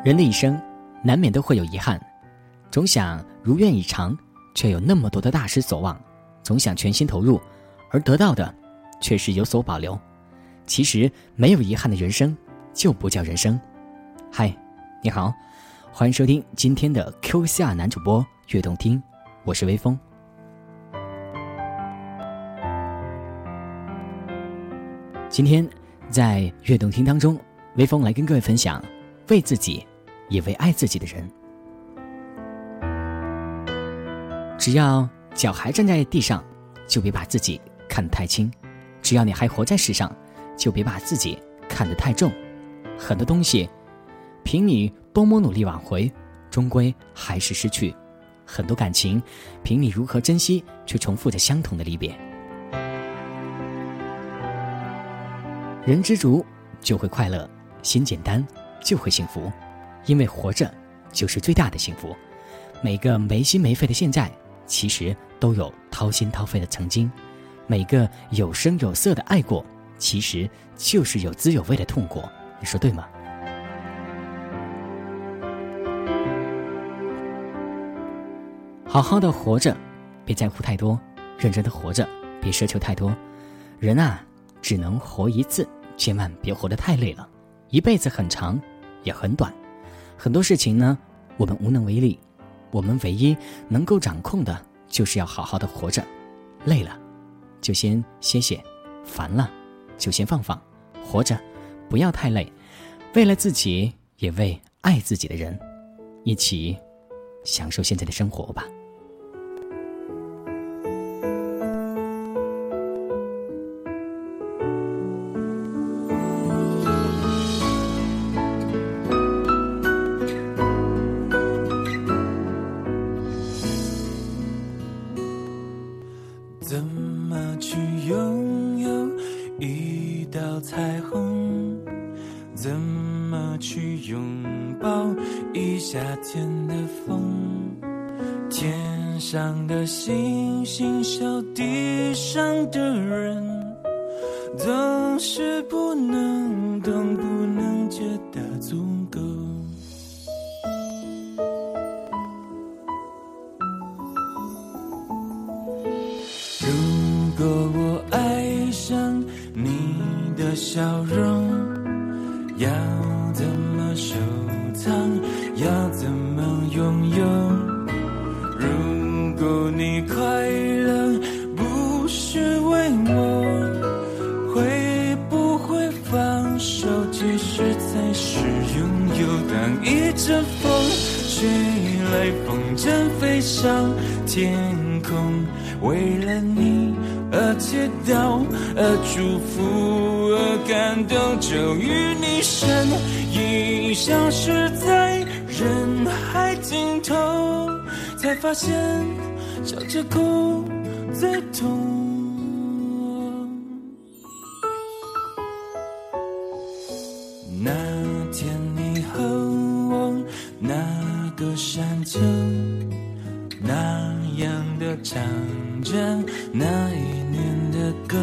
人的一生难免都会有遗憾，总想如愿以偿，却有那么多的大失所望，总想全心投入，而得到的却是有所保留。其实没有遗憾的人生就不叫人生。嗨，你好，欢迎收听今天的 Q 夏男主播悦动听，我是微风。今天在悦动听当中，微风来跟各位分享为自己也为爱自己的人。只要脚还站在地上，就别把自己看得太轻；只要你还活在世上，就别把自己看得太重。很多东西凭你多么努力挽回，终归还是失去；很多感情凭你如何珍惜，却重复着相同的离别。人知足就会快乐，心简单就会幸福，因为活着就是最大的幸福。每个没心没肺的现在，其实都有掏心掏肺的曾经；每个有声有色的爱过，其实就是有滋有味的痛过。你说对吗？好好的活着，别在乎太多；认真的活着，别奢求太多。人啊，只能活一次，千万别活得太累了。一辈子很长，也很短，很多事情呢，我们无能为力。我们唯一能够掌控的，就是要好好的活着。累了，就先歇歇；烦了，就先放放。活着，不要太累，为了自己，也为爱自己的人，一起享受现在的生活吧。 怎么去拥有一道彩虹？怎么去拥抱一夏天的风？天上的星星笑地上的人，总是不能懂，不能觉得足够。如果我爱上你的笑容，要怎么收藏，要怎么拥有？如果你快乐不是为我，会不会放手，其实才是拥有？当一阵风吹来，风筝飞上天空，为了你而祈祷，而祝福，而感动，终于你身影消失在人海尽头，才发现笑着哭最痛。那天你和我那个山丘，那样的唱着那一年的歌，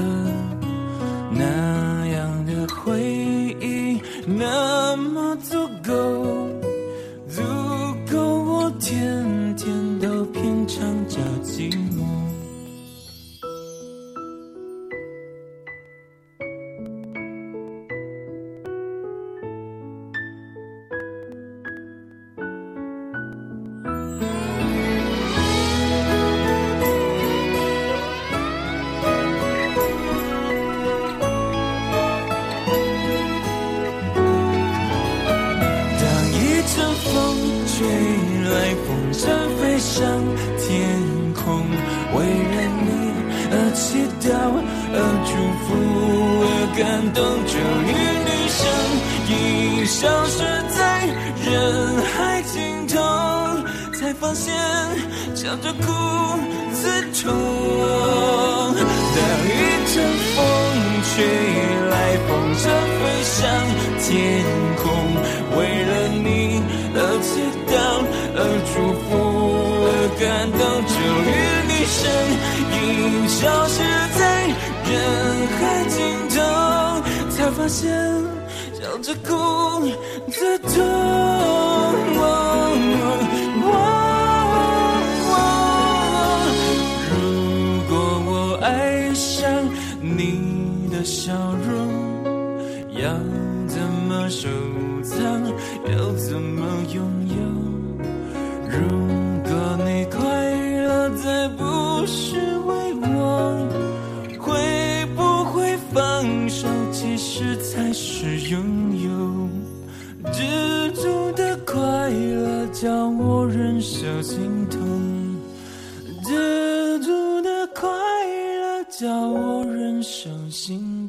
那样的回忆，那么足够，足够我天天都品尝着寂寞。吹来，风筝飞上天空，为了你而祈祷，而祝福，而感动，终于你身影消失在人海尽头，才发现笑着哭最痛。当一阵风吹来，风筝飞上天空，为了你而祈祷，而祝福，而感动，终于你身影消失在人海尽头，才发现笑笑着哭着痛。如果我爱上你的笑容，要怎么收藏，要怎么拥有？如果你快乐再不是为我，会不会放手其实才是拥有？知足的快乐叫我忍受心痛，知足的快乐叫我忍受心痛。